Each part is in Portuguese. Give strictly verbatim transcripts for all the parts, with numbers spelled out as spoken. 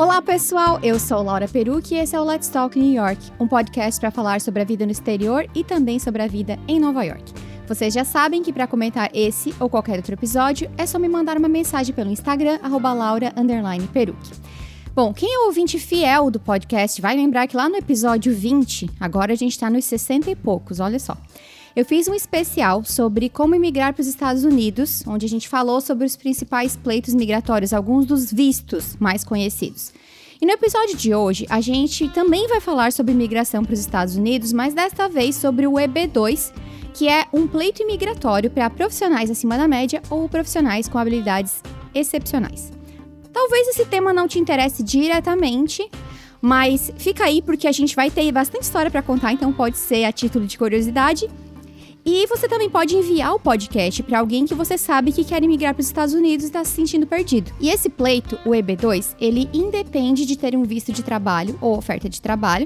Olá pessoal, eu sou Laura Perucchi e esse é o Let's Talk New York, um podcast para falar sobre a vida no exterior e também sobre a vida em Nova York. Vocês já sabem que para comentar esse ou qualquer outro episódio é só me mandar uma mensagem pelo Instagram, arroba Laura underline Perucchi. Bom, quem é ouvinte fiel do podcast vai lembrar que lá no episódio vinte, agora a gente está nos sessenta e poucos, olha só. Eu fiz um especial sobre como imigrar para os Estados Unidos, onde a gente falou sobre os principais pleitos migratórios, alguns dos vistos mais conhecidos. E no episódio de hoje, a gente também vai falar sobre imigração para os Estados Unidos, mas desta vez sobre o E B dois, que é um pleito imigratório para profissionais acima da média ou profissionais com habilidades excepcionais. Talvez esse tema não te interesse diretamente, mas fica aí porque a gente vai ter bastante história para contar, então pode ser a título de curiosidade. E você também pode enviar o podcast para alguém que você sabe que quer emigrar para os Estados Unidos e está se sentindo perdido. E esse pleito, o E B dois, ele independe de ter um visto de trabalho ou oferta de trabalho.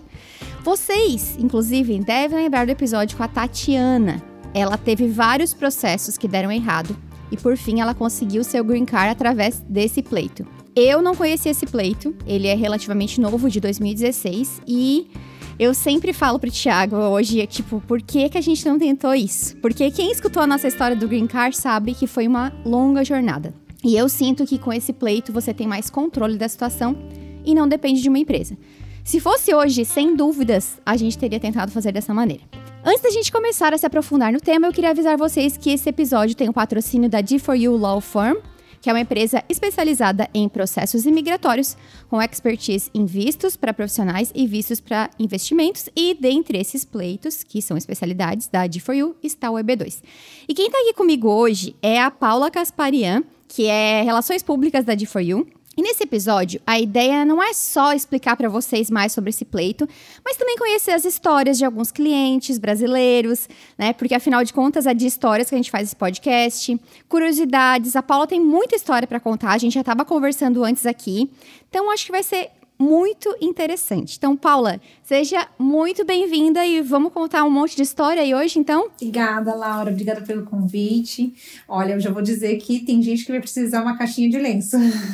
Vocês, inclusive, devem lembrar do episódio com a Tatiana. Ela teve vários processos que deram errado e, por fim, ela conseguiu seu green card através desse pleito. Eu não conheci esse pleito, ele é relativamente novo, de dois mil e dezesseis, e eu sempre falo pro Thiago hoje, tipo, por que que a gente não tentou isso? Porque quem escutou a nossa história do Green Card sabe que foi uma longa jornada. E eu sinto que com esse pleito você tem mais controle da situação e não depende de uma empresa. Se fosse hoje, sem dúvidas, a gente teria tentado fazer dessa maneira. Antes da gente começar a se aprofundar no tema, eu queria avisar vocês que esse episódio tem o patrocínio da D four U Law Firm, que é uma empresa especializada em processos imigratórios, com expertise em vistos para profissionais e vistos para investimentos, e dentre esses pleitos, que são especialidades da D four U, está o E B dois. E quem está aqui comigo hoje é a Paula Casparian, que é Relações Públicas da D four U. E nesse episódio, a ideia não é só explicar para vocês mais sobre esse pleito, mas também conhecer as histórias de alguns clientes brasileiros, né? Porque, afinal de contas, é de histórias que a gente faz esse podcast. Curiosidades, a Paula tem muita história para contar, a gente já estava conversando antes aqui. Então, acho que vai ser muito interessante. Então, Paula, seja muito bem-vinda e vamos contar um monte de história aí hoje, então? Obrigada, Laura. Obrigada pelo convite. Olha, eu já vou dizer que tem gente que vai precisar uma caixinha de lenço.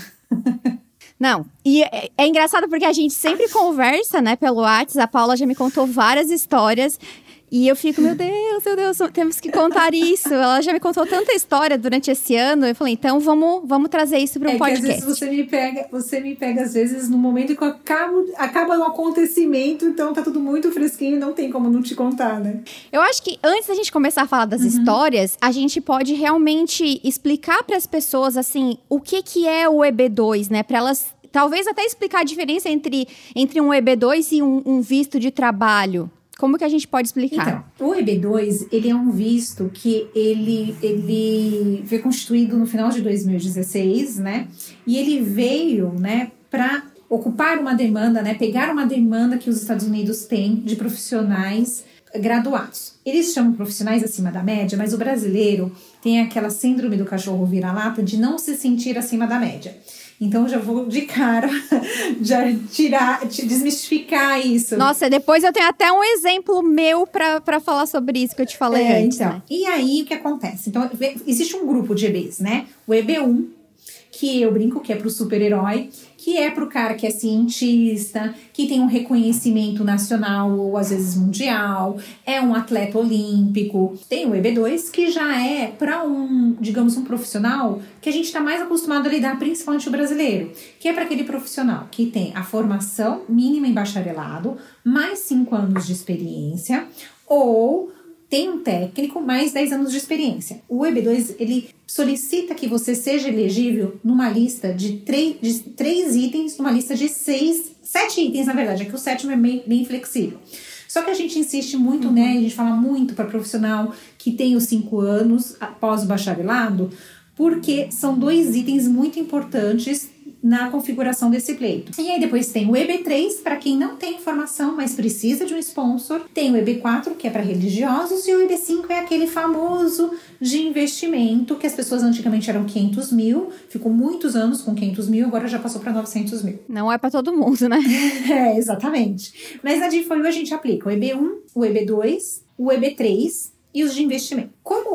Não, e é, é engraçado porque a gente sempre conversa, né, pelo WhatsApp. A Paula já me contou várias histórias e eu fico, meu Deus, meu Deus, temos que contar isso. Ela já me contou tanta história durante esse ano. Eu falei, então vamos, vamos trazer isso para um é podcast. Que às vezes você me pega, você me pega às vezes no momento que eu acabo, acaba um acontecimento, então tá tudo muito fresquinho, não tem como não te contar, né? Eu acho que antes da gente começar a falar das uhum. histórias, a gente pode realmente explicar para as pessoas, assim, o que que é o E B dois, né? Para elas, talvez até explicar a diferença entre, entre um E B dois e um, um visto de trabalho. Como que a gente pode explicar? Então, o E B dois, ele é um visto que ele, ele foi constituído no final de dois mil e dezesseis, né? E ele veio, né, para ocupar uma demanda, né, pegar uma demanda que os Estados Unidos têm de profissionais graduados. Eles chamam profissionais acima da média, mas o brasileiro tem aquela síndrome do cachorro vira-lata de não se sentir acima da média. Então, já vou de cara já tirar, desmistificar isso. Nossa, depois eu tenho até um exemplo meu pra, pra falar sobre isso que eu te falei é, antes. Então, né? E aí, o que acontece? Então, existe um grupo de E Bs, né? O E B um, que eu brinco que é pro super-herói, que é pro cara que é cientista, que tem um reconhecimento nacional ou às vezes mundial, é um atleta olímpico. Tem o E B dois, que já é para um, digamos, um profissional que a gente está mais acostumado a lidar, principalmente o brasileiro, que é para aquele profissional que tem a formação mínima em bacharelado, mais cinco anos de experiência, ou tem um técnico, mais dez anos de experiência. O E B dois, ele solicita que você seja elegível numa lista de três, de três itens, numa lista de seis, sete itens, na verdade, é que o sétimo é bem, bem flexível. Só que a gente insiste muito, uhum. né, a gente fala muito para profissional que tem os cinco anos após o bacharelado, porque são dois itens muito importantes na configuração desse pleito. E aí depois tem o E B três, para quem não tem informação, mas precisa de um sponsor. Tem o E B quatro, que é para religiosos, e o E B cinco é aquele famoso de investimento, que as pessoas antigamente eram quinhentos mil, ficou muitos anos com quinhentos mil, agora já passou para novecentos mil. Não é para todo mundo, né? É, exatamente. Mas na D four U a gente aplica o E B um, o E B dois, o E B três e os de investimento. Como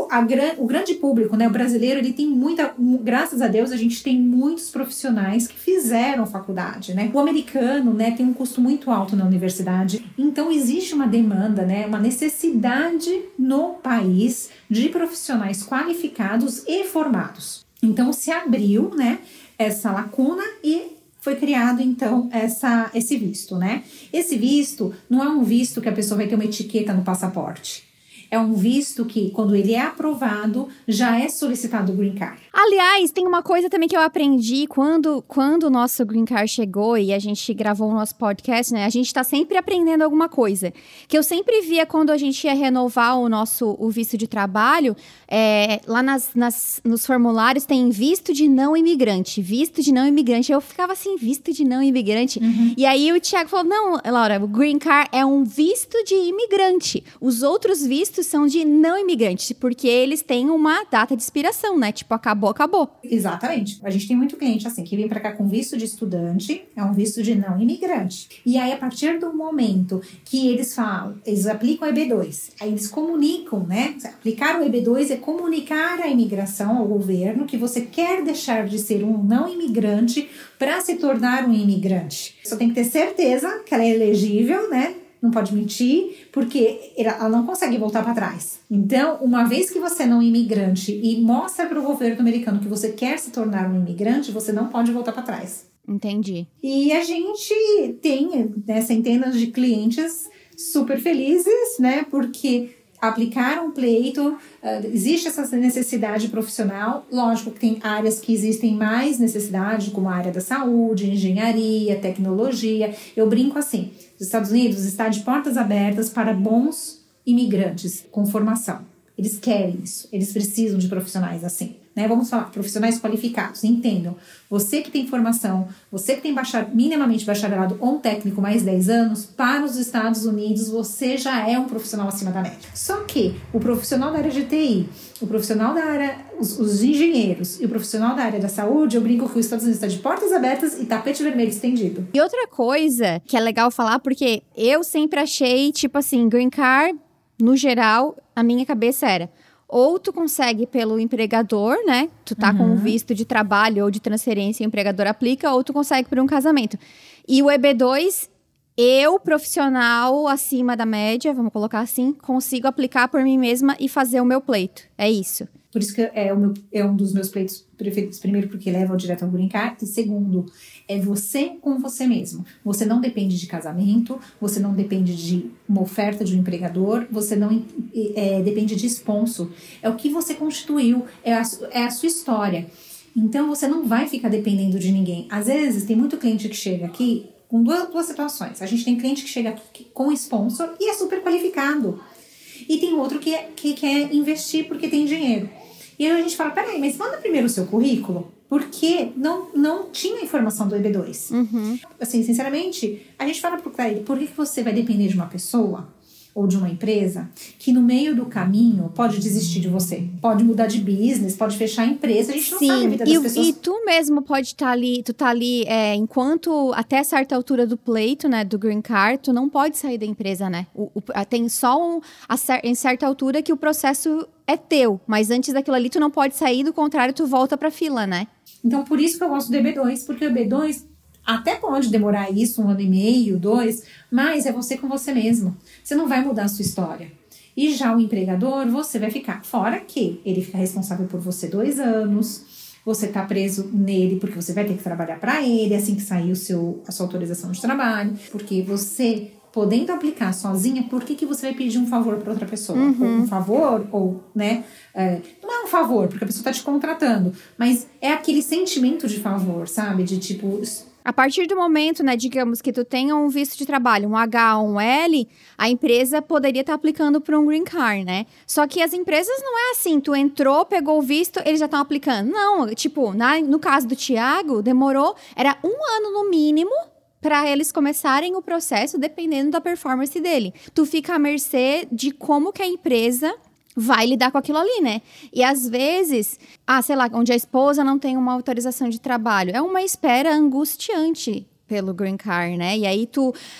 a, o grande público, né, o brasileiro, ele tem muita, graças a Deus, a gente tem muitos profissionais que fizeram faculdade, né? O americano, né, tem um custo muito alto na universidade, então existe uma demanda, né, uma necessidade no país de profissionais qualificados e formados. Então se abriu, né, essa lacuna e foi criado, então, essa, esse visto, né? Esse visto não é um visto que a pessoa vai ter uma etiqueta no passaporte. É um visto que, quando ele é aprovado, já é solicitado o Green Card. Aliás, tem uma coisa também que eu aprendi quando, quando o nosso Green Card chegou e a gente gravou o nosso podcast, né? A gente tá sempre aprendendo alguma coisa. Que eu sempre via quando a gente ia renovar o nosso o visto de trabalho, é, lá nas, nas, nos formulários tem visto de não imigrante, visto de não imigrante. Eu ficava assim, visto de não imigrante. Uhum. E aí o Thiago falou, não, Laura, o Green Card é um visto de imigrante. Os outros vistos são de não imigrantes, porque eles têm uma data de expiração, né? Tipo, acabou, acabou. Exatamente. A gente tem muito cliente, assim, que vem pra cá com visto de estudante, é um visto de não imigrante. E aí, a partir do momento que eles falam, eles aplicam o E B dois, aí eles comunicam, né? Aplicar o E B dois é comunicar à imigração, ao governo, que você quer deixar de ser um não imigrante para se tornar um imigrante. Só tem que ter certeza que ela é elegível, né? Não pode mentir, porque ela não consegue voltar para trás. Então, uma vez que você não é imigrante e mostra para o governo americano que você quer se tornar um imigrante, você não pode voltar para trás. Entendi. E a gente tem, né, centenas de clientes super felizes, né? Porque aplicaram o pleito, uh, existe essa necessidade profissional. Lógico que tem áreas que existem mais necessidade, como a área da saúde, engenharia, tecnologia. Eu brinco assim, os Estados Unidos está de portas abertas para bons imigrantes com formação. Eles querem isso, eles precisam de profissionais assim. Né? Vamos falar, profissionais qualificados, entendam. Você que tem formação, você que tem bachar, minimamente bacharelado ou um técnico mais dez anos, para os Estados Unidos você já é um profissional acima da média. Só que o profissional da área de T I, o profissional da área, os, os engenheiros e o profissional da área da saúde, eu brinco que os Estados Unidos está de portas abertas e tapete vermelho estendido. E outra coisa que é legal falar, porque eu sempre achei, tipo assim, Green Card, no geral, a minha cabeça era... Ou tu consegue pelo empregador, né? Tu tá uhum. com um visto de trabalho ou de transferência e o empregador aplica, ou tu consegue por um casamento. E o E B dois, eu, profissional acima da média, vamos colocar assim, consigo aplicar por mim mesma e fazer o meu pleito. É isso. Por isso que é, o meu, é um dos meus pleitos preferidos. Primeiro, porque leva direto ao Green Card. E segundo, é você com você mesmo. Você não depende de casamento, você não depende de uma oferta de um empregador, você não é, depende de sponsor. É o que você constituiu, é a, é a sua história. Então, você não vai ficar dependendo de ninguém. Às vezes, tem muito cliente que chega aqui com duas, duas situações. A gente tem cliente que chega aqui com sponsor e é super qualificado. E tem outro que, é, que quer investir porque tem dinheiro. E aí a gente fala, peraí, mas manda primeiro o seu currículo, porque não, não tinha informação do E B dois. Uhum. Assim, sinceramente, a gente fala para ele, por que você vai depender de uma pessoa ou de uma empresa que no meio do caminho pode desistir de você? Pode mudar de business, pode fechar a empresa, a gente não Sim, sabe a vida e, das pessoas. E tu mesmo pode estar tá ali, tu tá ali, é, enquanto até certa altura do pleito, né, do Green Card, tu não pode sair da empresa, né? O, o, tem só um, a, em certa altura que o processo é teu, mas antes daquilo ali tu não pode sair, do contrário, tu volta pra fila, né? Então, por isso que eu gosto do E B dois, porque o E B dois até pode demorar isso, um ano e meio, dois, mas é você com você mesmo. Você não vai mudar a sua história. E já o empregador, você vai ficar. Fora que ele fica responsável por você dois anos, você tá preso nele porque você vai ter que trabalhar para ele assim que sair o seu, a sua autorização de trabalho, porque você... podendo aplicar sozinha, por que, que você vai pedir um favor para outra pessoa? Uhum. Ou um favor, ou, né? É, não é um favor, porque a pessoa tá te contratando, mas é aquele sentimento de favor, sabe? De tipo... A partir do momento, né, digamos que tu tenha um visto de trabalho, um H ou um L, a empresa poderia estar tá aplicando para um Green Card, né? Só que as empresas não é assim, tu entrou, pegou o visto, eles já estão aplicando. Não, tipo, na, no caso do Thiago, demorou, era um ano no mínimo para eles começarem o processo, dependendo da performance dele. Tu fica à mercê de como que a empresa vai lidar com aquilo ali, né? E às vezes, ah, sei lá, onde a esposa não tem uma autorização de trabalho, é uma espera angustiante pelo Green Card, né? E aí tu...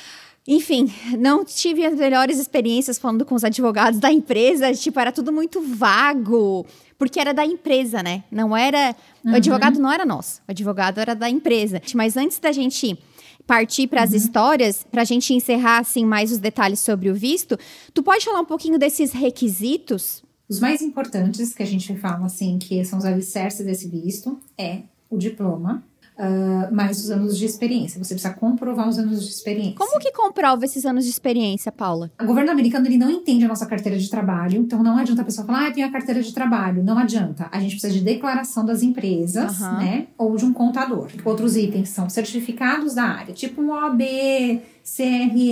Enfim, não tive as melhores experiências falando com os advogados da empresa. Tipo, era tudo muito vago. Porque era da empresa, né? Não era... Uhum. O advogado não era nosso. O advogado era da empresa. Mas antes da gente partir para as uhum. histórias, para a gente encerrar, assim, mais os detalhes sobre o visto, tu pode falar um pouquinho desses requisitos? Os mais importantes que a gente fala, assim, que são os alicerces desse visto, é o diploma, uh, mais os anos de experiência. Você precisa comprovar os anos de experiência. Como que comprova esses anos de experiência, Paula? O governo americano, ele não entende a nossa carteira de trabalho, então não adianta a pessoa falar, ah, eu tenho a carteira de trabalho. Não adianta. A gente precisa de declaração das empresas, uhum. né, ou de um contador. Outros itens são certificados da área, tipo um O A B, C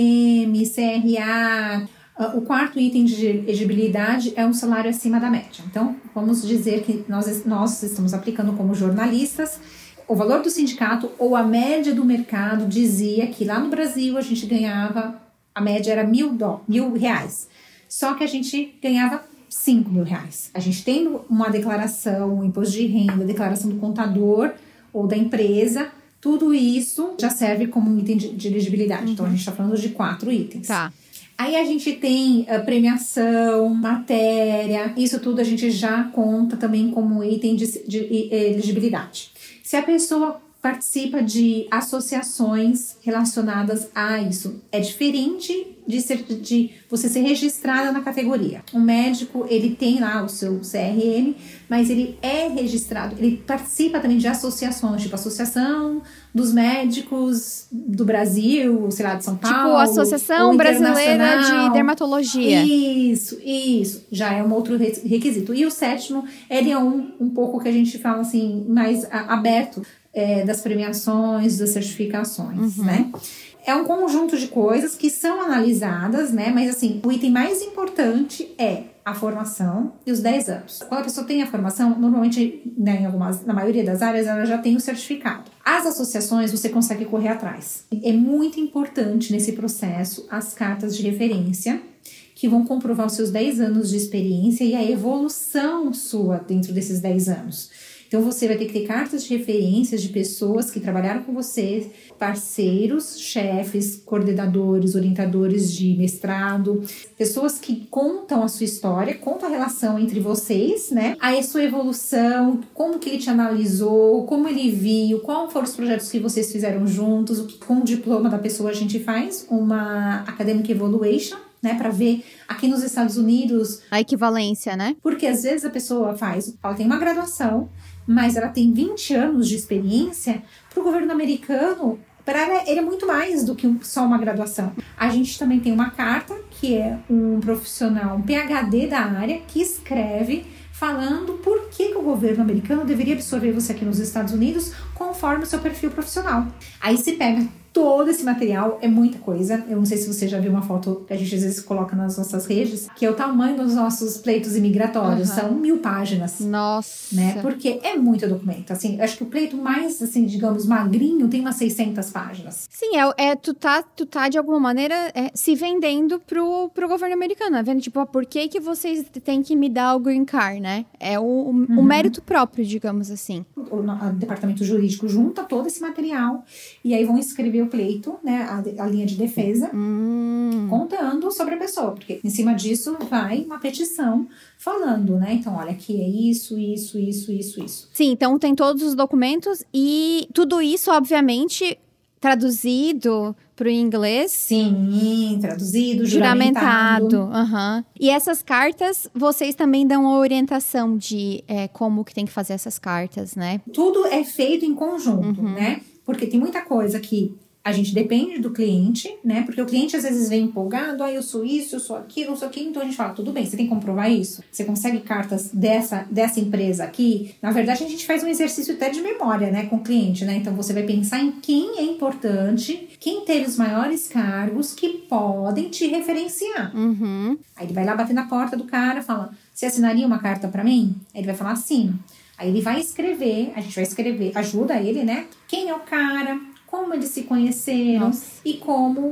R M, C R A... O quarto item de elegibilidade é um salário acima da média. Então, vamos dizer que nós, nós estamos aplicando como jornalistas. O valor do sindicato ou a média do mercado dizia que lá no Brasil a gente ganhava, a média era mil, dó, mil reais. Só que a gente ganhava cinco mil reais. A gente tendo uma declaração, um imposto de renda, declaração do contador ou da empresa, tudo isso já serve como um item de, de elegibilidade. Uhum. Então, a gente está falando de quatro itens. Tá. Aí a gente tem uh, premiação, matéria, isso tudo a gente já conta também como item de, de, de elegibilidade. Se a pessoa participa de associações relacionadas a isso, é diferente de, ser, de você ser registrada na categoria. O médico, ele tem lá o seu C R M, mas ele é registrado, ele participa também de associações, tipo Associação dos Médicos do Brasil, sei lá, de São Paulo. Tipo, Associação Brasileira de Dermatologia. Isso, isso. Já é um outro requisito. E o sétimo, ele é um, um pouco que a gente fala assim, mais a, aberto, é, das premiações, das certificações, uhum. né? É um conjunto de coisas que são analisadas, né? Mas assim, o item mais importante é a formação e os dez anos. Quando a pessoa tem a formação, normalmente, né, em algumas, na maioria das áreas, ela já tem o certificado. As associações, você consegue correr atrás. É muito importante nesse processo as cartas de referência, que vão comprovar os seus dez anos de experiência e a evolução sua dentro desses dez anos. Então, você vai ter que ter cartas de referências de pessoas que trabalharam com você, parceiros, chefes, coordenadores, orientadores de mestrado, pessoas que contam a sua história, contam a relação entre vocês, né? A sua evolução, como que ele te analisou, como ele viu, quais foram os projetos que vocês fizeram juntos. Com o diploma da pessoa, a gente faz uma Academic Evaluation, né, para ver aqui nos Estados Unidos... A equivalência, né? Porque às vezes a pessoa faz... Ela tem uma graduação, mas ela tem vinte anos de experiência. Para o governo americano, para ela, ele é muito mais do que só uma graduação. A gente também tem uma carta, que é um profissional, um P H D da área, que escreve falando por que, que o governo americano deveria absorver você aqui nos Estados Unidos conforme o seu perfil profissional. Aí se pega todo esse material, é muita coisa. Eu não sei se você já viu uma foto que a gente às vezes coloca nas nossas redes, que é o tamanho dos nossos pleitos imigratórios. Uhum. São mil páginas. Nossa! Né? Porque é muito documento. Assim, eu acho que o pleito mais, assim, digamos, magrinho tem umas seiscentas páginas. Sim, é, é, tu, tá, tu tá, de alguma maneira, é, se vendendo pro, pro governo americano. É vendo, tipo, por que que vocês têm que me dar o green card, né? É o, o, uhum. o mérito próprio, digamos assim. O, o departamento jurídico junta todo esse material e aí vão escrever o pleito, né, a, a linha de defesa, hum. contando sobre a pessoa, porque em cima disso vai uma petição falando, né, então olha, aqui é isso, isso, isso, isso, isso. Sim, então tem todos os documentos e tudo isso, obviamente, traduzido para o inglês. Sim, traduzido, juramentado. Juramentado, uhum. E essas cartas, vocês também dão a orientação de é, como que tem que fazer essas cartas, né? Tudo é feito em conjunto, uhum. né? Porque tem muita coisa que a gente depende do cliente, né? Porque o cliente às vezes vem empolgado, ah, eu sou isso, eu sou aquilo, eu sou aquilo. Então a gente fala, tudo bem, você tem que comprovar isso? Você consegue cartas dessa, dessa empresa aqui? Na verdade, a gente faz um exercício até de memória, né? Com o cliente, né? Então você vai pensar em quem é importante, quem teve os maiores cargos que podem te referenciar. Uhum. Aí ele vai lá bater na porta do cara, fala, você assinaria uma carta pra mim? Aí ele vai falar, sim. Aí ele vai escrever, a gente vai escrever, ajuda ele, né? Quem é o cara, como eles se conheceram. Nossa. E como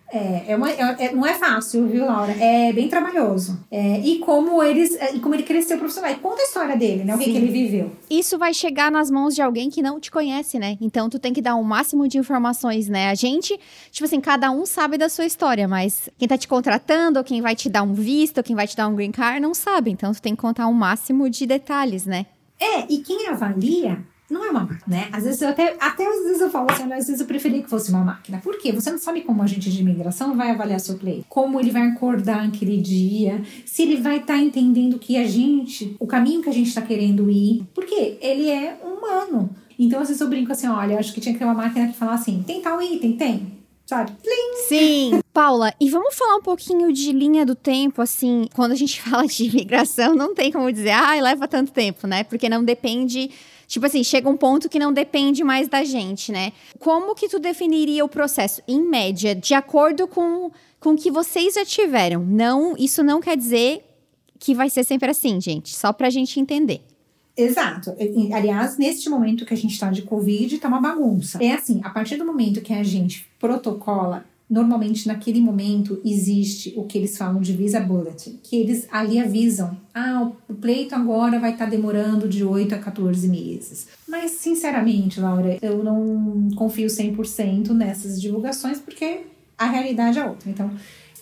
É, é uma, é, não é fácil, viu, Laura? É bem trabalhoso. É, e como eles, e como ele cresceu profissional. E conta a história dele, né? O que, que ele viveu. Isso vai chegar nas mãos de alguém que não te conhece, né? Então, tu tem que dar o máximo de informações, né? A gente, tipo assim, cada um sabe da sua história, mas quem tá te contratando, ou quem vai te dar um visto, ou quem vai te dar um green card, não sabe. Então, tu tem que contar o máximo de detalhes, né? É, e quem avalia... Não é uma máquina, né? Às vezes eu até, até às vezes eu falo assim, às vezes eu preferia que fosse uma máquina. Por quê? Você não sabe como o agente de imigração vai avaliar seu pleito. Como ele vai acordar aquele dia. Se ele vai estar tá entendendo que a gente, o caminho que a gente está querendo ir. Porque ele é humano. Então às vezes eu brinco assim, olha, eu acho que tinha que ter uma máquina que fala assim, tem tal item? Tem. Sabe? Plim. Sim. Paula, e vamos falar um pouquinho de linha do tempo, assim, quando a gente fala de imigração, não tem como dizer, ah, leva tanto tempo, né? Porque não depende... Tipo assim, chega um ponto que não depende mais da gente, né? Como que tu definiria o processo, em média, de acordo com, com o que vocês já tiveram? Não, isso não quer dizer que vai ser sempre assim, gente. Só pra gente entender. Exato. Aliás, neste momento que a gente tá de Covid, tá uma bagunça. É assim, a partir do momento que a gente protocola, normalmente naquele momento existe o que eles falam de visa bulletin, que eles ali avisam, ah, o pleito agora vai estar tá demorando de oito a quatorze meses. Mas, sinceramente, Laura, eu não confio cem por cento nessas divulgações, porque a realidade é outra. Então,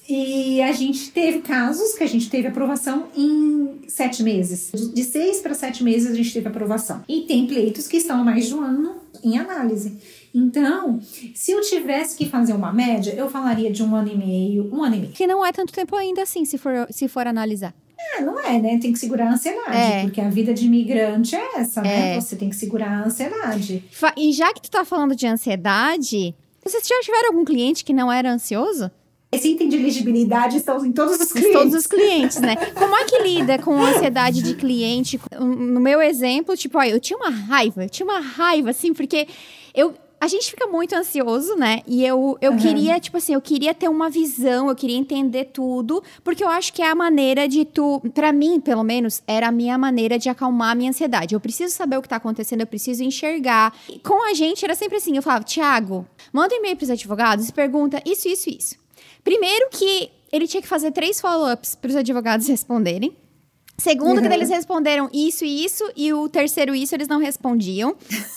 e a gente teve casos que a gente teve aprovação em sete meses. De seis para sete meses a gente teve aprovação. E tem pleitos que estão há mais de um ano em análise. Então, se eu tivesse que fazer uma média, eu falaria de um ano e meio, um ano e meio. Que não é tanto tempo ainda assim, se for, se for analisar. É, não é, né? Tem que segurar a ansiedade, é. porque a vida de imigrante é essa, né? É. Você tem que segurar a ansiedade. E já que tu tá falando de ansiedade, vocês já tiveram algum cliente que não era ansioso? Esse item de elegibilidade estão em todos os clientes. Todos os clientes, né? Como é que lida com a ansiedade de cliente? No meu exemplo, tipo, ó, eu tinha uma raiva, eu tinha uma raiva, assim, porque eu... A gente fica muito ansioso, né? E eu, eu uhum. queria, tipo assim, eu queria ter uma visão, eu queria entender tudo, porque eu acho que é a maneira de tu... Pra mim, pelo menos, era a minha maneira de acalmar a minha ansiedade. Eu preciso saber o que tá acontecendo, eu preciso enxergar. E com a gente, era sempre assim, eu falava, Thiago, manda um e-mail pros advogados e pergunta isso, isso, isso. Primeiro que ele tinha que fazer três follow-ups pros advogados responderem. Segundo, uhum. que eles responderam isso e isso, e o terceiro isso eles não respondiam.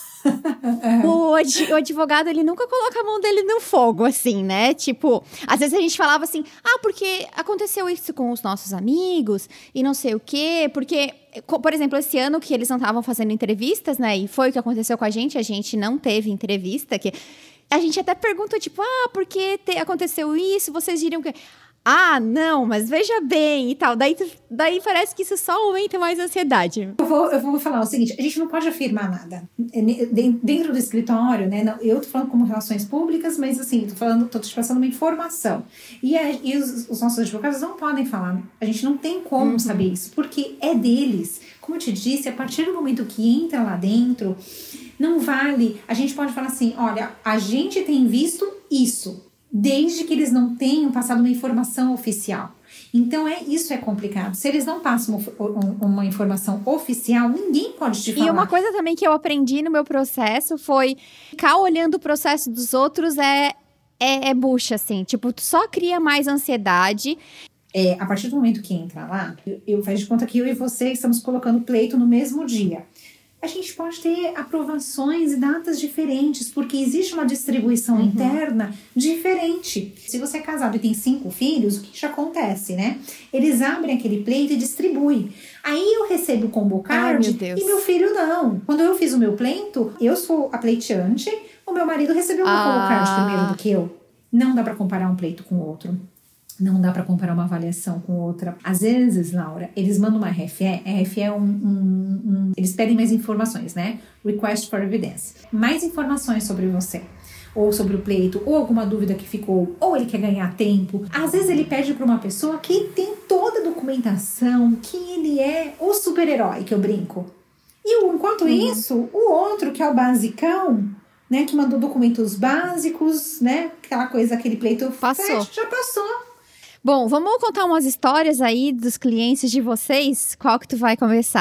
O, ad, o advogado, ele nunca coloca a mão dele no fogo, assim, né? Tipo, às vezes a gente falava assim, ah, porque aconteceu isso com os nossos amigos e não sei o quê, porque, por exemplo, esse ano que eles não estavam fazendo entrevistas, né? E foi o que aconteceu com a gente, a gente não teve entrevista, que a gente até perguntou, tipo, ah, por que te, aconteceu isso? Vocês diriam que... Ah, não, mas veja bem e tal. Daí, daí parece que isso só aumenta mais a ansiedade. Eu vou, eu vou falar o seguinte, a gente não pode afirmar nada. Dentro do escritório, né? Não, eu tô falando como relações públicas, mas assim, tô falando, tô te passando uma informação. E, a, e os, os nossos advogados não podem falar. A gente não tem como uhum. saber isso, porque é deles. Como eu te disse, a partir do momento que entra lá dentro, não vale. A gente pode falar assim, olha, a gente tem visto isso. Desde que eles não tenham passado uma informação oficial. Então, é, isso é complicado. Se eles não passam uma, uma informação oficial, ninguém pode te falar. E uma coisa também que eu aprendi no meu processo foi... Ficar olhando o processo dos outros é, é, é bucha, assim. Tipo, tu só cria mais ansiedade. É, a partir do momento que entra lá, eu, eu faço de conta que eu e você estamos colocando pleito no mesmo dia. A gente pode ter aprovações e datas diferentes, porque existe uma distribuição uhum. interna diferente. Se você é casado e tem cinco filhos, o que já acontece, né? Eles abrem aquele pleito e distribuem. Aí eu recebo o combo card e meu filho não. Quando eu fiz o meu pleito, eu sou a pleiteante, o meu marido recebeu o meu ah. combo card primeiro do que eu. Não dá para comparar um pleito com o outro. Não dá para comparar uma avaliação com outra. Às vezes, Laura, eles mandam uma R F E. R F E é um, um, um... Eles pedem mais informações, né? Request for Evidence. Mais informações sobre você. Ou sobre o pleito, ou alguma dúvida que ficou, ou ele quer ganhar tempo. Às vezes ele pede para uma pessoa que tem toda a documentação, que ele é o super-herói, que eu brinco. E enquanto uhum. isso, o outro, que é o basicão, né? Que mandou documentos básicos, né? Aquela coisa, aquele pleito... Passou. Fecha, já passou. Bom, vamos contar umas histórias aí dos clientes de vocês? Qual que tu vai começar?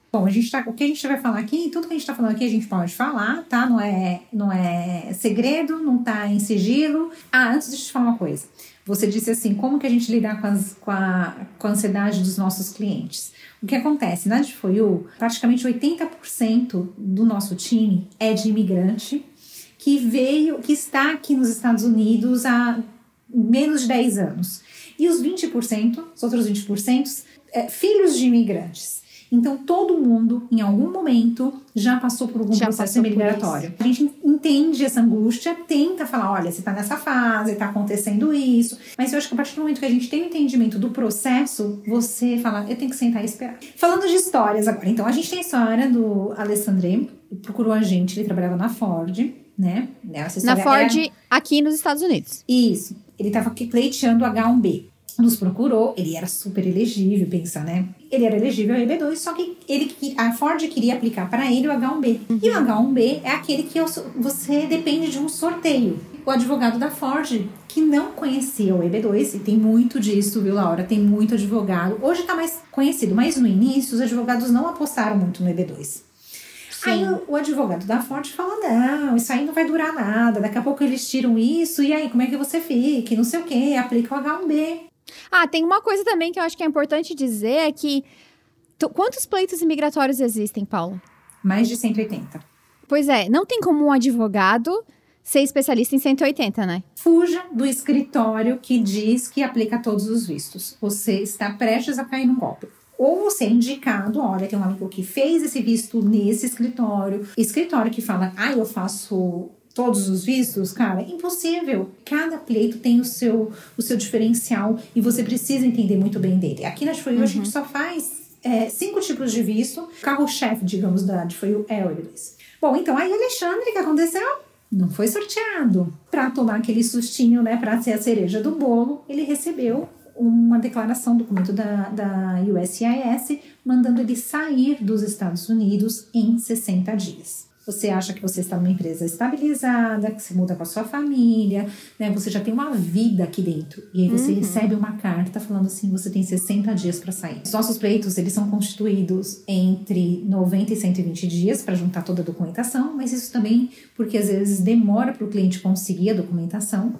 Bom, a gente tá, o que a gente vai falar aqui, tudo que a gente tá falando aqui a gente pode falar, tá? Não é, não é segredo, não tá em sigilo. Ah, antes deixa eu te falar uma coisa. Você disse assim, como que a gente lidar com, as, com, a, com a ansiedade dos nossos clientes? O que acontece? Na DFOiu, praticamente oitenta por cento do nosso time é de imigrante que veio, que está aqui nos Estados Unidos há menos de dez anos. E os vinte por cento, os outros vinte por cento, é, filhos de imigrantes. Então, todo mundo, em algum momento, já passou por algum já processo migratório. A gente entende essa angústia, tenta falar, olha, você está nessa fase, está acontecendo isso. Mas eu acho que a partir do momento que a gente tem o entendimento do processo, você fala, eu tenho que sentar e esperar. Falando de histórias agora. Então, a gente tem a história do Alessandre, ele procurou a gente, ele trabalhava na Ford, né? Na Ford, era... aqui nos Estados Unidos. Isso. Ele estava pleiteando H um B. Nos procurou, ele era super elegível, pensa, né? Ele era elegível ao E B dois, só que ele, a Ford queria aplicar para ele o H um B. Uhum. E o H um B é aquele que você depende de um sorteio. O advogado da Ford, que não conhecia o E B dois, e tem muito disso, viu, Laura? Tem muito advogado. Hoje tá mais conhecido, mas no início os advogados não apostaram muito no E B dois. Sim. Aí o, o advogado da Ford fala, não, isso aí não vai durar nada, daqui a pouco eles tiram isso, e aí como é que você fica? Não sei o que, aplica o H um B. Ah, tem uma coisa também que eu acho que é importante dizer, é que... Tu, quantos pleitos imigratórios existem, Paulo? Mais de cento e oitenta. Pois é, não tem como um advogado ser especialista em cento e oitenta, né? Fuja do escritório que diz que aplica todos os vistos. Você está prestes a cair no golpe. Ou você é indicado, olha, tem um amigo que fez esse visto nesse escritório. Escritório que fala, ah, eu faço... todos os vistos, cara, impossível. Cada pleito tem o seu, o seu diferencial e você precisa entender muito bem dele. Aqui na DFOiu, uhum. a gente só faz é, cinco tipos de visto. O carro-chefe, digamos, da DFOiu é o E B dois. Bom, então, aí Alexandre, o que aconteceu? Não foi sorteado. Para tomar aquele sustinho, né, para ser a cereja do bolo, ele recebeu uma declaração, documento da, da U S C I S, mandando ele sair dos Estados Unidos em sessenta dias. Você acha que você está numa empresa estabilizada, que se muda com a sua família, né? Você já tem uma vida aqui dentro. E aí você uhum. recebe uma carta falando assim, você tem sessenta dias para sair. Os nossos pleitos, eles são constituídos entre noventa e cento e vinte dias para juntar toda a documentação, mas isso também porque às vezes demora para o cliente conseguir a documentação.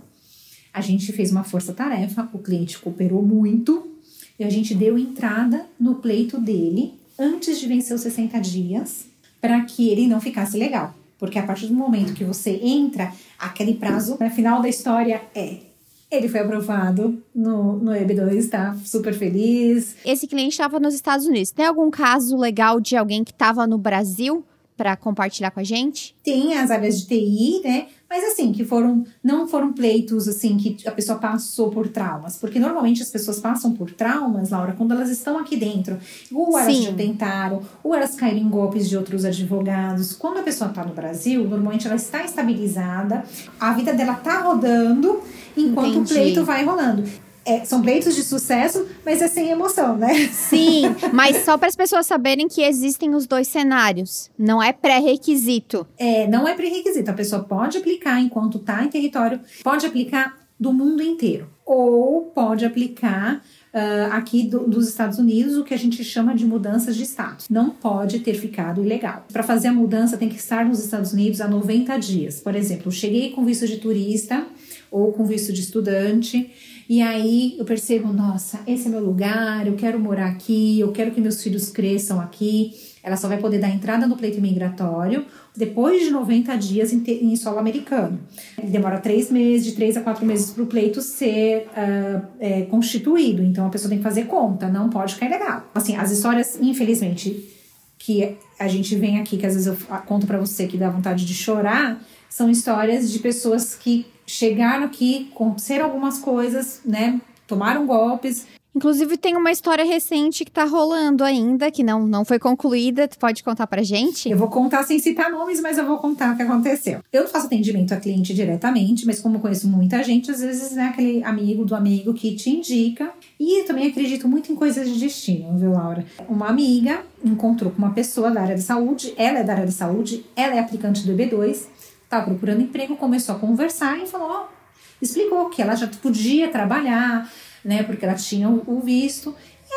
A gente fez uma força-tarefa, o cliente cooperou muito e a gente deu entrada no pleito dele antes de vencer os sessenta dias, para que ele não ficasse legal. Porque a partir do momento que você entra, aquele prazo, no final da história é... Ele foi aprovado no, no E B dois, tá super feliz. Esse cliente estava nos Estados Unidos. Tem algum caso legal de alguém que estava no Brasil para compartilhar com a gente? Tem as áreas de T I, né? Mas assim, que foram, não foram pleitos assim que a pessoa passou por traumas. Porque normalmente as pessoas passam por traumas, Laura, quando elas estão aqui dentro. Ou elas Sim. já tentaram, ou elas caíram em golpes de outros advogados. Quando a pessoa está no Brasil, normalmente ela está estabilizada, a vida dela tá rodando, enquanto Entendi. o pleito vai rolando. É, são pleitos de sucesso, mas é sem emoção, né? Sim, mas só para as pessoas saberem que existem os dois cenários. Não é pré-requisito. É, não é pré-requisito. A pessoa pode aplicar enquanto está em território, pode aplicar do mundo inteiro. Ou pode aplicar uh, aqui do, dos Estados Unidos, o que a gente chama de mudanças de status. Não pode ter ficado ilegal. Para fazer a mudança, tem que estar nos Estados Unidos há noventa dias. Por exemplo, eu cheguei com visto de turista ou com visto de estudante. E aí eu percebo, nossa, esse é meu lugar, eu quero morar aqui, eu quero que meus filhos cresçam aqui. Ela só vai poder dar entrada no pleito migratório depois de noventa dias em, te, em solo americano. Demora três meses, de três a quatro meses para o pleito ser uh, é, constituído. Então a pessoa tem que fazer conta, não pode ficar ilegal. Assim, as histórias, infelizmente, que a gente vem aqui, que às vezes eu conto para você que dá vontade de chorar, são histórias de pessoas que chegaram aqui, aconteceram algumas coisas, né? Tomaram golpes. Inclusive, tem uma história recente que tá rolando ainda, que não, não foi concluída. Tu pode contar pra gente? Eu vou contar sem citar nomes, mas eu vou contar o que aconteceu. Eu não faço atendimento a cliente diretamente, mas como eu conheço muita gente, às vezes, né, aquele amigo do amigo que te indica. E eu também acredito muito em coisas de destino, viu, Laura? Uma amiga encontrou com uma pessoa da área de saúde, ela é da área de saúde, ela é aplicante do E B dois, estava procurando emprego, começou a conversar e falou, ó, explicou que ela já podia trabalhar, né, porque ela tinha o visto. E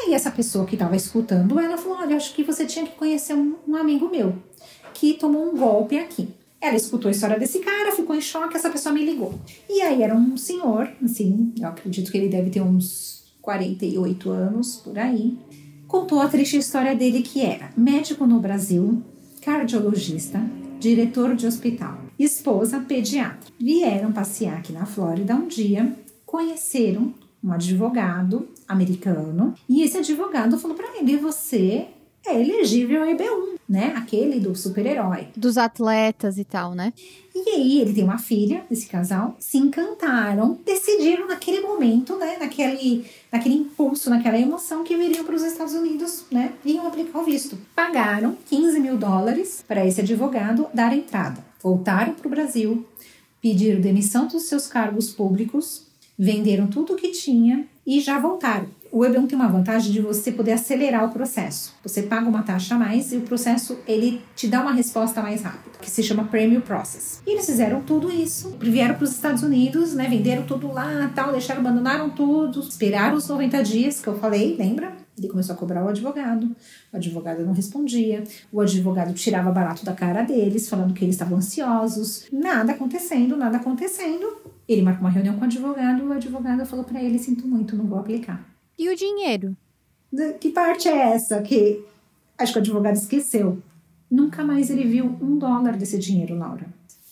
aí essa pessoa que estava escutando ela falou, olha, acho que você tinha que conhecer um, um amigo meu que tomou um golpe aqui. Ela escutou a história desse cara, ficou em choque, essa pessoa me ligou. E aí era um senhor, assim, eu acredito que ele deve ter uns quarenta e oito anos, por aí. Contou a triste história dele, que era médico no Brasil, cardiologista, diretor de hospital, esposa pediatra. Vieram passear aqui na Flórida um dia, conheceram um advogado americano, e esse advogado falou pra ele, você é elegível ao E B um, né? Aquele do super-herói. Dos atletas e tal, né? E aí, ele tem uma filha, esse casal, se encantaram, decidiram naquele momento, né? Naquele, naquele impulso, naquela emoção que viriam para os Estados Unidos, né? Iam aplicar o visto. Pagaram quinze mil dólares para esse advogado dar entrada. Voltaram para o Brasil, pediram demissão dos seus cargos públicos, venderam tudo o que tinha e já voltaram. O E B um tem uma vantagem de você poder acelerar o processo. Você paga uma taxa a mais e o processo, ele te dá uma resposta mais rápida, que se chama Premium Process. E eles fizeram tudo isso, vieram para os Estados Unidos, né, venderam tudo lá, tal, deixaram, abandonaram tudo, esperaram os noventa dias que eu falei, lembra? Ele começou a cobrar o advogado, o advogado não respondia, o advogado tirava barato da cara deles, falando que eles estavam ansiosos, nada acontecendo, nada acontecendo. Ele marcou uma reunião com o advogado, o advogado falou para ele, sinto muito, não vou aplicar. E o dinheiro? Que parte é essa que acho que o advogado esqueceu? Nunca mais ele viu um dólar desse dinheiro, Laura.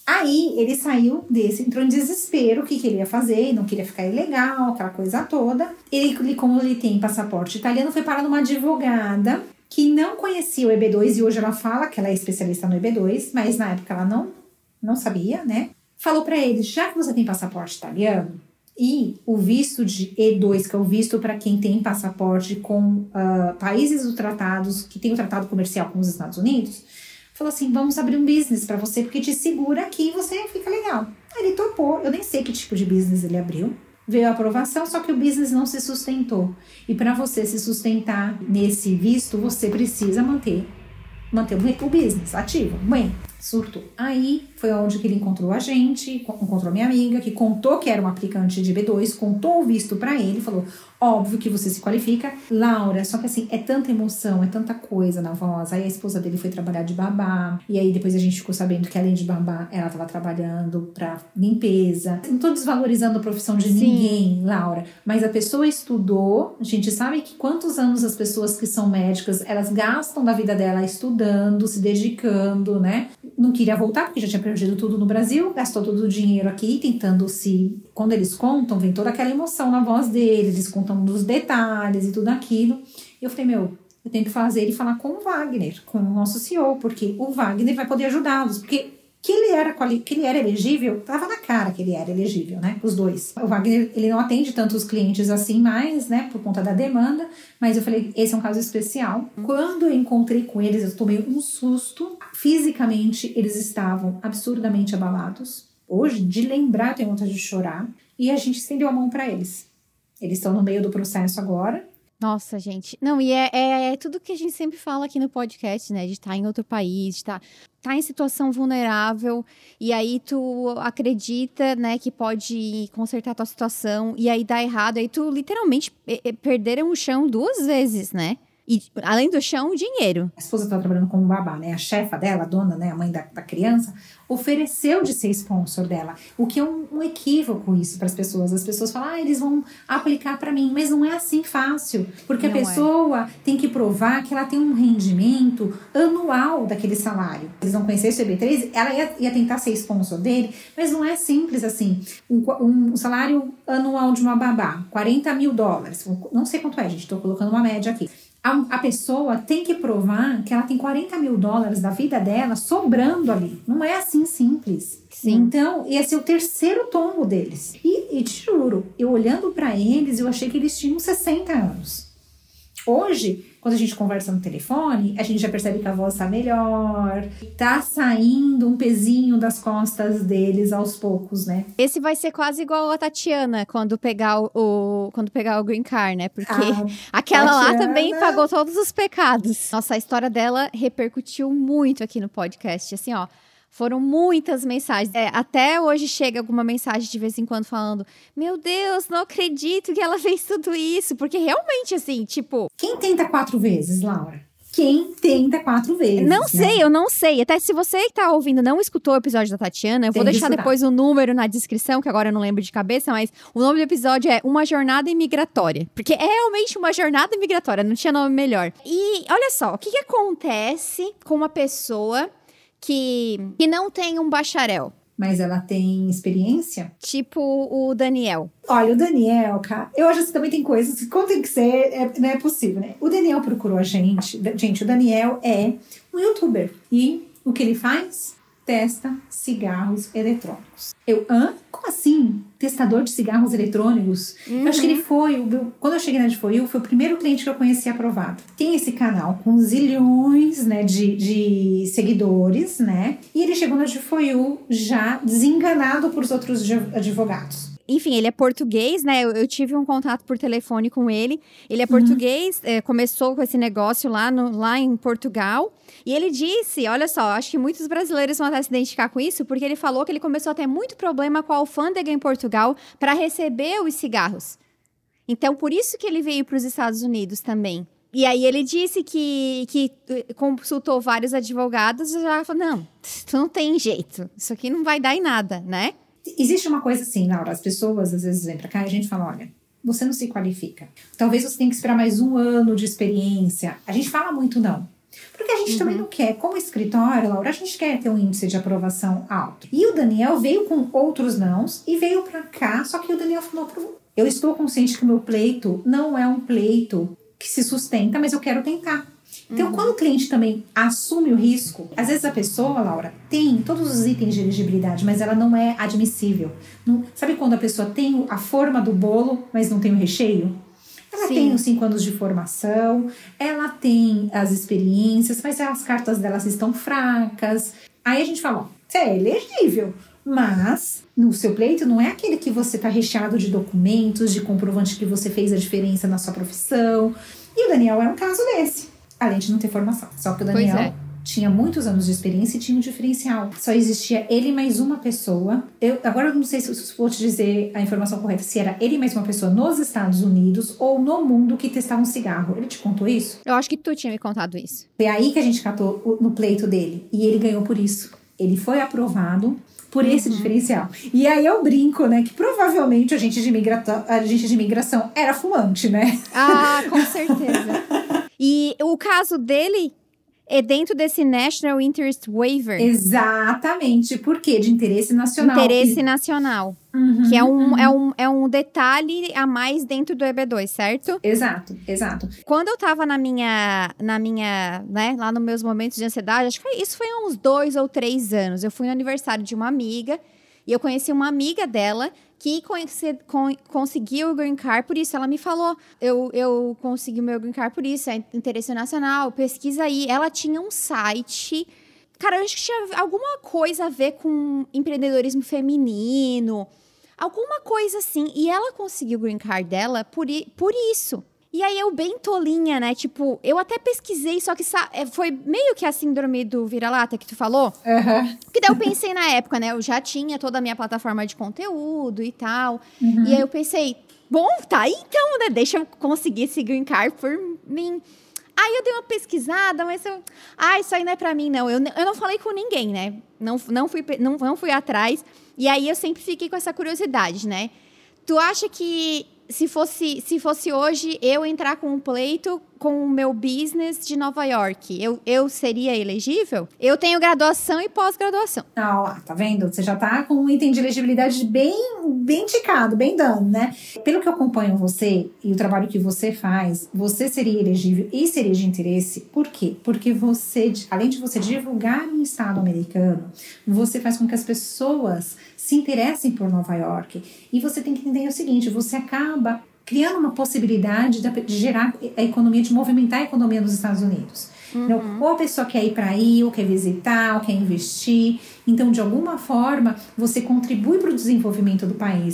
Aí ele saiu desse, entrou em desespero, o que, que ele ia fazer, não queria ficar ilegal, aquela coisa toda. Ele, como ele tem passaporte italiano, foi parar numa advogada que não conhecia o E B dois, e hoje ela fala que ela é especialista no E B dois, mas na época ela não, não sabia, né? Falou pra ele, já que você tem passaporte italiano, e o visto de E dois, que é o visto para quem tem passaporte com uh, países do tratados, que tem o tratado comercial com os Estados Unidos, falou assim, vamos abrir um business para você, porque te segura aqui e você fica legal. Aí ele topou, eu nem sei que tipo de business ele abriu, veio a aprovação, só que o business não se sustentou. E para você se sustentar nesse visto, você precisa manter, manter o business ativo. Bem, surto. Aí foi onde que ele encontrou a gente, encontrou minha amiga, que contou que era um aplicante de B dois, contou o visto pra ele, falou, óbvio que você se qualifica. Laura, só que assim, é tanta emoção, é tanta coisa na voz. Aí a esposa dele foi trabalhar de babá, e aí depois a gente ficou sabendo que além de babá, ela tava trabalhando pra limpeza. Não tô desvalorizando a profissão de Sim. ninguém, Laura, mas a pessoa estudou, a gente sabe que quantos anos as pessoas que são médicas, elas gastam da vida dela estudando, se dedicando, né? Não queria voltar, porque já tinha perdido tudo no Brasil, gastou todo o dinheiro aqui, tentando se... Quando eles contam, vem toda aquela emoção na voz deles, eles contam dos detalhes e tudo aquilo. E eu falei, meu, eu tenho que fazer ele falar com o Wagner, com o nosso C E O, porque o Wagner vai poder ajudá-los, porque que ele era, que ele era elegível, tava na cara que ele era elegível, né, os dois. O Wagner, ele não atende tantos clientes assim mais, né, por conta da demanda, mas eu falei, esse é um caso especial. Quando eu encontrei com eles, eu tomei um susto. Fisicamente, eles estavam absurdamente abalados. Hoje, de lembrar, eu tenho vontade de chorar. E a gente estendeu a mão para eles. Eles estão no meio do processo agora. Nossa, gente. Não, e é, é, é tudo que a gente sempre fala aqui no podcast, né? De estar em outro país, de estar tá em situação vulnerável. E aí tu acredita, né, que pode consertar a tua situação. E aí dá errado. Aí tu literalmente é, é, perderam o chão duas vezes, né? E além do chão, o dinheiro. A esposa estava trabalhando como babá, né? A chefa dela, a dona, né? A mãe da, da criança, ofereceu de ser sponsor dela. O que é um, um equívoco isso para as pessoas. As pessoas falam, ah, eles vão aplicar para mim. Mas não é assim fácil. Porque não a pessoa é. tem que provar que ela tem um rendimento anual daquele salário. Eles não conhecessem o E B três, ela ia, ia tentar ser sponsor dele, mas não é simples assim. Um, um salário anual de uma babá, quarenta mil dólares. Não sei quanto é, gente. Estou colocando uma média aqui. A, a pessoa tem que provar que ela tem quarenta mil dólares da vida dela sobrando ali. Não é assim simples. Sim. Então, esse é o terceiro tombo deles. E, e te juro, eu olhando pra eles, eu achei que eles tinham sessenta anos. Hoje, quando a gente conversa no telefone, a gente já percebe que a voz tá melhor, tá saindo um pezinho das costas deles aos poucos, né? Esse vai ser quase igual a Tatiana quando pegar o, o quando pegar o Green Card, né? Porque ah, aquela Tatiana... lá também pagou todos os pecados. Nossa, a história dela repercutiu muito aqui no podcast, assim, ó. Foram muitas mensagens. É, até hoje chega alguma mensagem de vez em quando falando: meu Deus, não acredito que ela fez tudo isso. Porque realmente, assim, tipo... Quem tenta quatro vezes, Laura? Quem tenta quatro vezes? Não né? sei, eu não sei. Até se você que tá ouvindo não escutou o episódio da Tatiana, eu Tem vou que deixar escutar. depois o número na descrição, que agora eu não lembro de cabeça, mas o nome do episódio é Uma Jornada Imigratória. Porque é realmente uma jornada imigratória, não tinha nome melhor. E olha só, o que, que acontece com uma pessoa que, que não tem um bacharel? Mas ela tem experiência? Tipo o Daniel. Olha, o Daniel, cara, eu acho que também tem coisas que, como tem que ser, é, não é possível, né? O Daniel procurou a gente. Gente, o Daniel é um youtuber. E o que ele faz? Testa cigarros eletrônicos. Eu, hã? Como assim? Testador de cigarros eletrônicos? Uhum. Eu acho que ele foi, o, quando eu cheguei na Difoil, foi o primeiro cliente que eu conheci aprovado. Tem esse canal com zilhões, né, de, de seguidores, né? E ele chegou na Difoil já desenganado por os outros advogados. Enfim, ele é português, né? Eu, eu tive um contato por telefone com ele. Ele é português, uhum. é, começou com esse negócio lá, no, lá em Portugal. E ele disse, olha só, acho que muitos brasileiros vão até se identificar com isso, porque ele falou que ele começou a ter muito problema com a alfândega em Portugal para receber os cigarros. Então, por isso que ele veio para os Estados Unidos também. E aí ele disse que, que consultou vários advogados e já falou, não, isso não tem jeito, isso aqui não vai dar em nada, né? Existe uma coisa assim, Laura, as pessoas às vezes vêm pra cá e a gente fala, olha, você não se qualifica. Talvez você tenha que esperar mais um ano de experiência. A gente fala muito não. Porque a gente uhum. também não quer, como escritório, Laura, a gente quer ter um índice de aprovação alto. E o Daniel veio com outros nãos e veio pra cá, só que o Daniel falou, eu estou consciente que o meu pleito não é um pleito que se sustenta, mas eu quero tentar. Então, uhum. quando o cliente também assume o risco, às vezes a pessoa, Laura, tem todos os itens de elegibilidade, mas ela não é admissível. Não, sabe quando a pessoa tem a forma do bolo, mas não tem o recheio? Ela Sim. tem os cinco anos de formação, ela tem as experiências, mas as cartas delas estão fracas. Aí a gente fala, ó, você é elegível, mas no seu pleito não é aquele que você está recheado de documentos, de comprovante que você fez a diferença na sua profissão. E o Daniel é um caso desse. Além de não ter formação. Só que o Daniel é. tinha muitos anos de experiência e tinha um diferencial. Só existia ele mais uma pessoa. Eu, agora eu não sei se eu vou te dizer a informação correta. Se era ele mais uma pessoa nos Estados Unidos ou no mundo que testava um cigarro. Ele te contou isso? Eu acho que tu tinha me contado isso. Foi aí que a gente catou no pleito dele. E ele ganhou por isso. Ele foi aprovado por esse uhum. diferencial. E aí eu brinco, né, que provavelmente a gente de, imigra- a gente de imigração era fumante, né? Ah, com certeza. E o caso dele é dentro desse National Interest Waiver. Exatamente. Por quê? De interesse nacional. Interesse nacional. Uhum, que é um, uhum. é, um, é um detalhe a mais dentro do E B dois, certo? Exato, exato. Quando eu tava na minha, na minha, né, lá nos meus momentos de ansiedade, acho que foi, isso foi há uns dois ou três anos. Eu fui no aniversário de uma amiga e eu conheci uma amiga dela que conheci, con, conseguiu o Green Card por isso. Ela me falou, eu, eu consegui o meu Green Card por isso, é interesse nacional, pesquisa aí. Ela tinha um site, cara, eu acho que tinha alguma coisa a ver com empreendedorismo feminino, alguma coisa assim. E ela conseguiu o Green Card dela por, por isso. E aí eu bem tolinha, né? Tipo, eu até pesquisei, só que foi meio que a síndrome do vira-lata que tu falou. Uhum. Que daí eu pensei na época, né? Eu já tinha toda a minha plataforma de conteúdo e tal. Uhum. E aí eu pensei, bom, tá aí então, né? Deixa eu conseguir esse Green Card por mim. Aí eu dei uma pesquisada, mas eu... Ah, isso aí não é pra mim, não. Eu, eu não falei com ninguém, né? Não, não, fui, não, não fui atrás. E aí eu sempre fiquei com essa curiosidade, né? Tu acha que... Se fosse, se fosse hoje eu entrar com um pleito com o meu business de Nova York, eu, eu seria elegível? Eu tenho graduação e pós-graduação. Ah, lá, tá vendo? Você já tá com um item de elegibilidade bem, bem ticado, bem dando, né? Pelo que eu acompanho você e o trabalho que você faz, você seria elegível e seria de interesse. Por quê? Porque você, além de você divulgar um estado americano, você faz com que as pessoas se interessem por Nova York. E você tem que entender o seguinte, você acaba criando uma possibilidade de gerar a economia, de movimentar a economia dos Estados Unidos. Uhum. Então, ou a pessoa quer ir para aí, ou quer visitar, ou quer investir. Então, de alguma forma, você contribui para o desenvolvimento do país.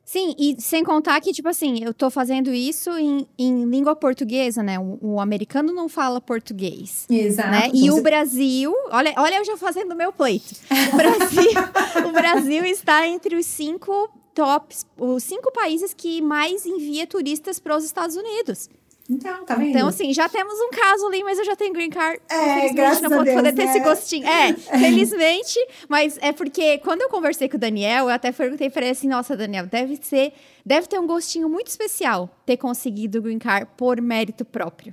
Sim, e sem contar que, tipo assim, eu tô fazendo isso em, em língua portuguesa, né? O, o americano não fala português. Exato. Né? Então E você... o Brasil, olha, olha eu já fazendo o meu pleito. O Brasil, o Brasil está entre os cinco tops, os cinco países que mais envia turistas para os Estados Unidos. Então, tá vendo? Então, assim, já temos um caso ali, mas eu já tenho green card. É, graças não vou a Deus, poder ter né? esse gostinho. É, felizmente. Mas é porque, quando eu conversei com o Daniel, eu até perguntei pra ele assim, nossa, Daniel, deve ser, deve ter um gostinho muito especial ter conseguido o green card por mérito próprio.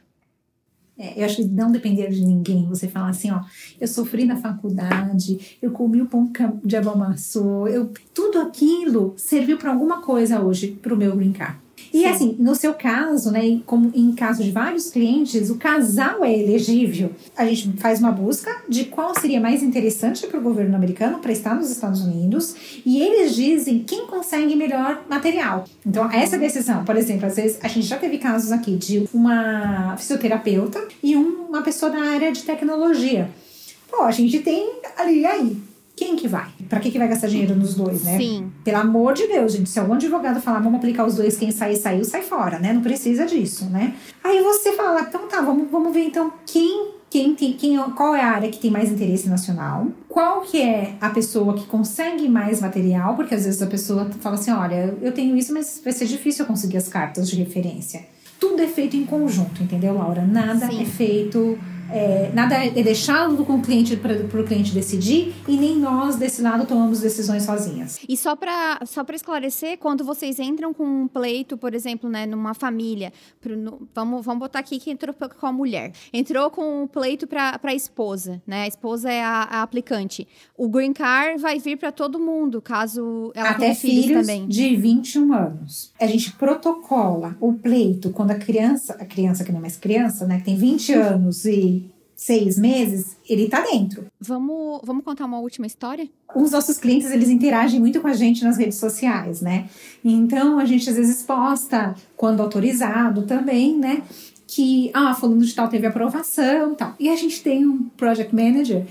É, eu acho que não depender de ninguém. Você falar assim, ó, eu sofri na faculdade, eu comi o pão que a diabo amassou, eu, tudo aquilo serviu pra alguma coisa hoje, pro meu green card. E Sim. assim, no seu caso, né, como em caso de vários clientes, o casal é elegível. A gente faz uma busca de qual seria mais interessante para o governo americano para estar nos Estados Unidos e eles dizem quem consegue melhor material. Então, essa decisão, por exemplo, às vezes a gente já teve casos aqui de uma fisioterapeuta e um, uma pessoa da área de tecnologia. Pô, a gente tem ali, aí... Quem que vai? Pra que que vai gastar dinheiro nos dois, né? Sim. Pelo amor de Deus, gente. Se algum advogado falar, vamos aplicar os dois, quem sair, saiu, sai fora, né? Não precisa disso, né? Aí você fala, então tá, vamos, vamos ver então quem, quem tem, quem, qual é a área que tem mais interesse nacional, qual que é a pessoa que consegue mais material, porque às vezes a pessoa fala assim, olha, eu tenho isso, mas vai ser difícil eu conseguir as cartas de referência. Tudo é feito em conjunto, entendeu, Laura? Nada Sim. é feito... É, nada é deixado com o cliente para o cliente decidir e nem nós desse lado tomamos decisões sozinhas. E só para só para esclarecer, quando vocês entram com um pleito, por exemplo, né, numa família, pro, no, vamos, vamos botar aqui que entrou com a mulher, entrou com um pleito para a esposa, né? A esposa é a, a aplicante. O green card vai vir para todo mundo, caso ela Até tenha filhos, filhos também. de vinte e um anos. A gente protocola o pleito quando a criança, a criança que não é mais criança, né, que tem vinte anos e seis meses, ele tá dentro. Vamos, vamos contar uma última história? Os nossos clientes, eles interagem muito com a gente nas redes sociais, né? Então, a gente às vezes posta, quando autorizado também, né? Que, ah, fulano de tal teve aprovação e tal. E a gente tem um project manager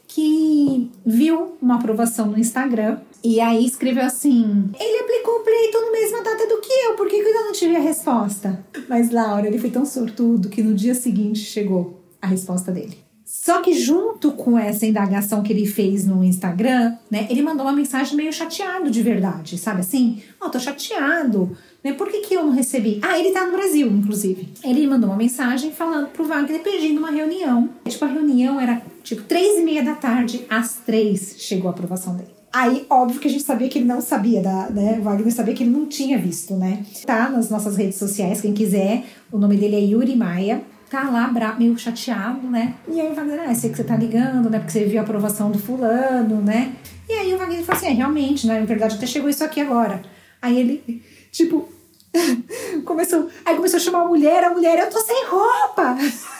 que viu uma aprovação no Instagram e aí escreveu assim, ele aplicou o pleito na mesma data do que eu, por que que eu ainda não tive a resposta? Mas, Laura, ele foi tão sortudo que no dia seguinte chegou a resposta dele. Só que junto com essa indagação que ele fez no Instagram, né, ele mandou uma mensagem meio chateado de verdade, sabe assim? Ó, oh, tô chateado, né? Por que que eu não recebi? Ah, ele tá no Brasil, inclusive. Ele mandou uma mensagem falando pro Wagner pedindo uma reunião. Tipo, a reunião era tipo três e meia da tarde, às três chegou a aprovação dele. Aí, óbvio que a gente sabia que ele não sabia, da, né? O Wagner sabia que ele não tinha visto, né? Tá nas nossas redes sociais, quem quiser, o nome dele é Yuri Maia. Tá lá, bra- meio chateado, né? E aí o Wagner, ah, sei que você tá ligando, né? Porque você viu a aprovação do fulano, né? E aí o Wagner falou assim, é, realmente, né? Na verdade, até chegou isso aqui agora. Aí ele, tipo, começou... Aí começou a chamar a mulher, a mulher, eu tô sem roupa!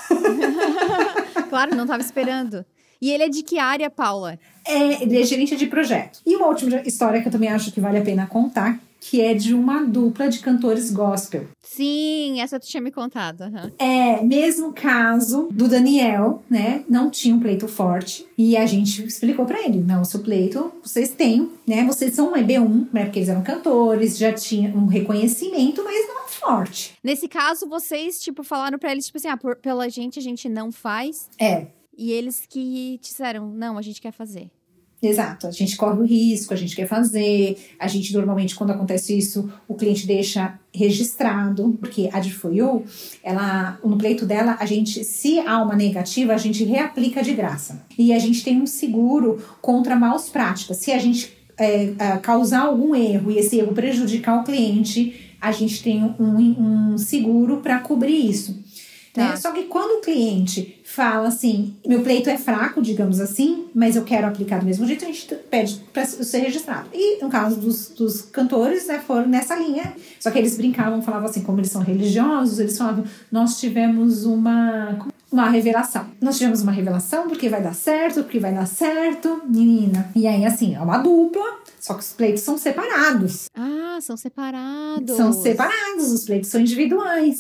Claro, não tava esperando. E ele é de que área, Paula? É, ele é gerente de projeto. E uma última história que eu também acho que vale a pena contar, que é de uma dupla de cantores gospel. Sim, essa tu tinha me contado. Uhum. É, mesmo caso do Daniel, né? Não tinha um pleito forte. E a gente explicou pra ele, não, o seu pleito, vocês têm, né? Vocês são um E B um, né? Porque eles eram cantores, já tinham um reconhecimento, mas não forte. Nesse caso, vocês, tipo, falaram pra eles, tipo assim, ah, por, pela gente, a gente não faz. É. E eles que disseram, não, a gente quer fazer. Exato, a gente corre o risco, a gente quer fazer, a gente normalmente quando acontece isso, o cliente deixa registrado, porque a D quatro U, ela, no pleito dela, a gente, se há uma negativa, a gente reaplica de graça. E a gente tem um seguro contra maus práticas. Se a gente é, causar algum erro e esse erro prejudicar o cliente, a gente tem um, um seguro para cobrir isso. Tá. Né? Só que quando o cliente fala assim, meu pleito é fraco, digamos assim, mas eu quero aplicar do mesmo jeito, a gente pede para ser registrado. E no caso dos, dos cantores, né, foram nessa linha. Só que eles brincavam, falavam assim, como eles são religiosos, eles falavam, nós tivemos uma, uma revelação. Nós tivemos uma revelação porque vai dar certo, porque vai dar certo, menina. E aí, assim, é uma dupla, só que os pleitos são separados. Ah, são separados. São separados, os pleitos são individuais.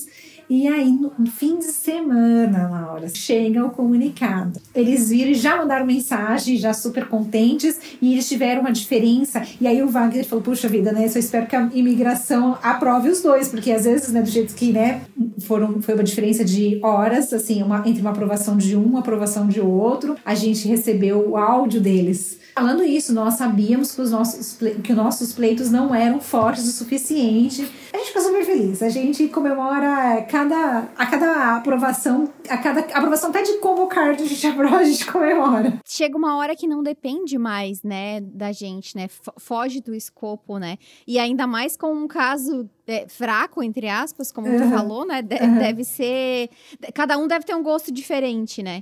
E aí, no fim de semana, Laura, chega o comunicado. Eles viram e já mandaram mensagem, já super contentes, e eles tiveram uma diferença. E aí o Wagner falou, puxa vida, né? Eu só espero que a imigração aprove os dois, porque às vezes, né, do jeito que, né, foram, foi uma diferença de horas, assim, uma, entre uma aprovação de um, uma aprovação de outro, a gente recebeu o áudio deles. Falando isso, nós sabíamos que os nossos, que os nossos pleitos não eram fortes o suficiente. A gente fica super feliz. A gente comemora cada, a cada aprovação, a cada aprovação até de combo card a gente aprova, a gente comemora. Chega uma hora que não depende mais, né, da gente, né? Foge do escopo, né? E ainda mais com um caso é, fraco, entre aspas, como uhum. tu falou, né? De- uhum. Deve ser... Cada um deve ter um gosto diferente, né?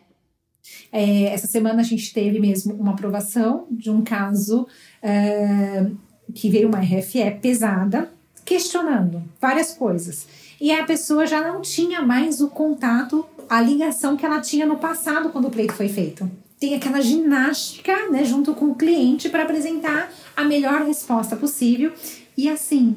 É, essa semana a gente teve mesmo uma aprovação de um caso é, que veio uma R F E pesada, questionando várias coisas. E a pessoa já não tinha mais o contato, a ligação que ela tinha no passado quando o pleito foi feito. Tem aquela ginástica, né, junto com o cliente para apresentar a melhor resposta possível. E assim,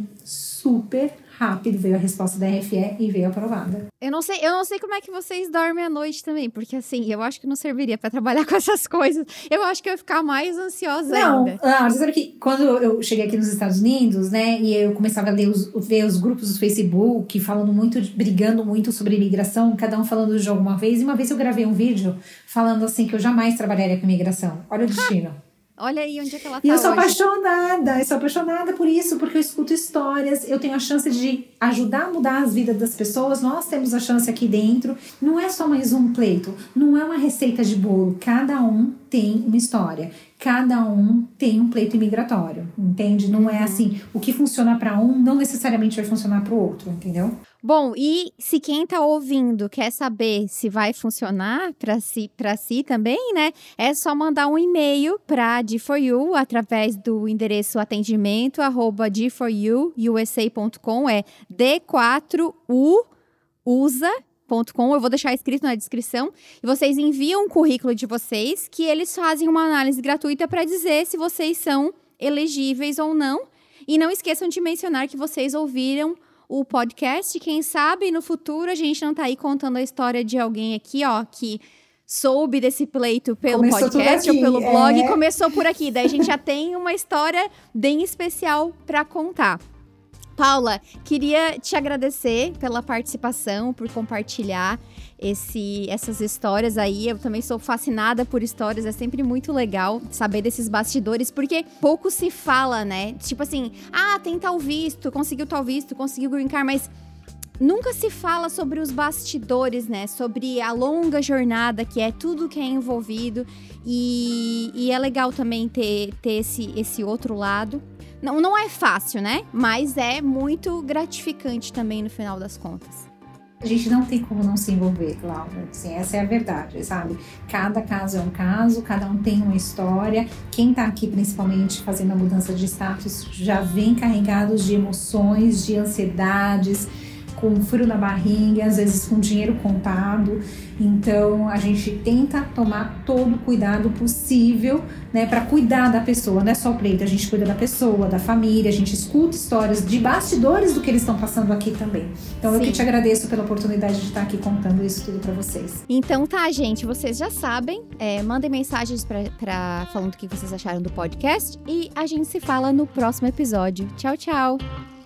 super rápido veio a resposta da R F E e veio aprovada. Eu não sei, eu não sei como é que vocês dormem à noite também, porque assim, eu acho que não serviria pra trabalhar com essas coisas. Eu acho que eu ia ficar mais ansiosa não, ainda. Não, você sabe que quando eu cheguei aqui nos Estados Unidos, né, e eu começava a ler os, ver os grupos do Facebook, falando muito, brigando muito sobre imigração, cada um falando de alguma vez, e uma vez eu gravei um vídeo falando assim que eu jamais trabalharia com imigração. Olha o destino. Olha aí onde é que ela tá. E eu sou hoje. apaixonada, eu sou apaixonada por isso, porque eu escuto histórias, eu tenho a chance de ajudar a mudar as vidas das pessoas, nós temos a chance aqui dentro. Não é só mais um pleito, não é uma receita de bolo, cada um tem uma história, cada um tem um pleito imigratório, entende? Não é assim, o que funciona para um não necessariamente vai funcionar para o outro, entendeu? Bom, e se quem tá ouvindo quer saber se vai funcionar para si, para si também, né? É só mandar um e-mail para D four U através do endereço atendimento arroba d four u u s a ponto com, é d quatro u usa ponto com. Eu vou deixar escrito na descrição. E vocês enviam o currículo de vocês, que eles fazem uma análise gratuita para dizer se vocês são elegíveis ou não. E não esqueçam de mencionar que vocês ouviram o podcast. Quem sabe no futuro a gente não tá aí contando a história de alguém aqui, ó, que soube desse pleito pelo começou podcast ou pelo blog é... e começou por aqui. Daí a gente já tem uma história bem especial para contar. Paula, queria te agradecer pela participação, por compartilhar esse, essas histórias aí. Eu também sou fascinada por histórias, é sempre muito legal saber desses bastidores, porque pouco se fala, né? Tipo assim, ah, tem tal visto, conseguiu tal visto, conseguiu green card, mas nunca se fala sobre os bastidores, né? Sobre a longa jornada, que é tudo que é envolvido. E, e é legal também ter, ter esse, esse outro lado. Não, não é fácil, né? Mas é muito gratificante também no final das contas. A gente não tem como não se envolver, Laura. Assim, essa é a verdade, sabe? Cada caso é um caso, cada um tem uma história. Quem tá aqui, principalmente, fazendo a mudança de status, já vem carregados de emoções, de ansiedades, com frio na barriga, às vezes com dinheiro contado. Então, a gente tenta tomar todo o cuidado possível, né, para cuidar da pessoa. Não é só o pleito, a gente cuida da pessoa, da família, a gente escuta histórias de bastidores do que eles estão passando aqui também. Então, Sim. eu que te agradeço pela oportunidade de estar aqui contando isso tudo para vocês. Então, tá, gente, vocês já sabem, é, mandem mensagens pra, pra, falando o que vocês acharam do podcast e a gente se fala no próximo episódio. Tchau, tchau!